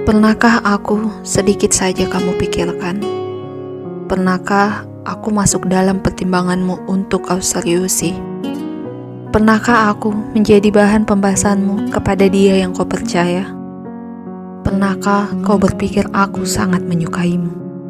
Pernahkah aku sedikit saja kamu pikirkan? Pernahkah aku masuk dalam pertimbanganmu untuk kau seriusi? Pernahkah aku menjadi bahan pembahasanmu kepada dia yang kau percaya? Pernahkah kau berpikir aku sangat menyukaimu?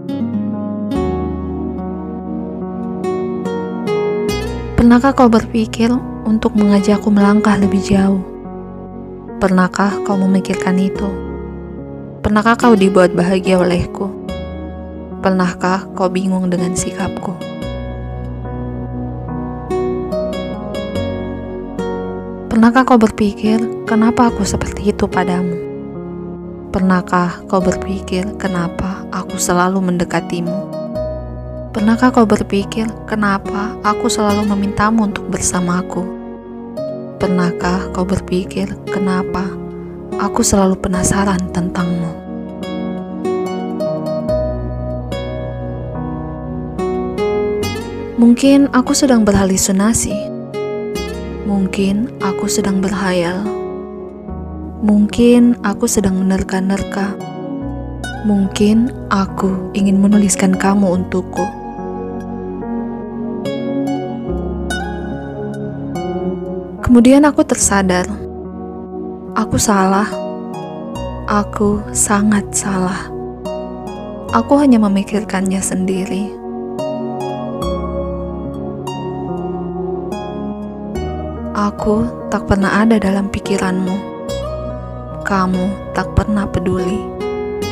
Pernahkah kau berpikir untuk mengajakku melangkah lebih jauh? Pernahkah kau memikirkan itu? Pernahkah kau dibuat bahagia olehku? Pernahkah kau bingung dengan sikapku? Pernahkah kau berpikir, kenapa aku seperti itu padamu? Pernahkah kau berpikir, kenapa aku selalu mendekatimu? Pernahkah kau berpikir, kenapa aku selalu memintamu untuk bersamaku? Pernahkah kau berpikir, kenapa aku selalu penasaran tentangmu? Mungkin aku sedang berhalusinasi. Mungkin aku sedang berhayal. Mungkin aku sedang menerka-nerka. Mungkin aku ingin menuliskan kamu untukku. Kemudian aku tersadar. Aku salah. Aku sangat salah. Aku hanya memikirkannya sendiri. Aku tak pernah ada dalam pikiranmu. Kamu tak pernah peduli.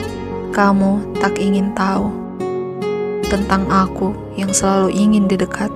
Kamu tak ingin tahu tentang aku yang selalu ingin didekat.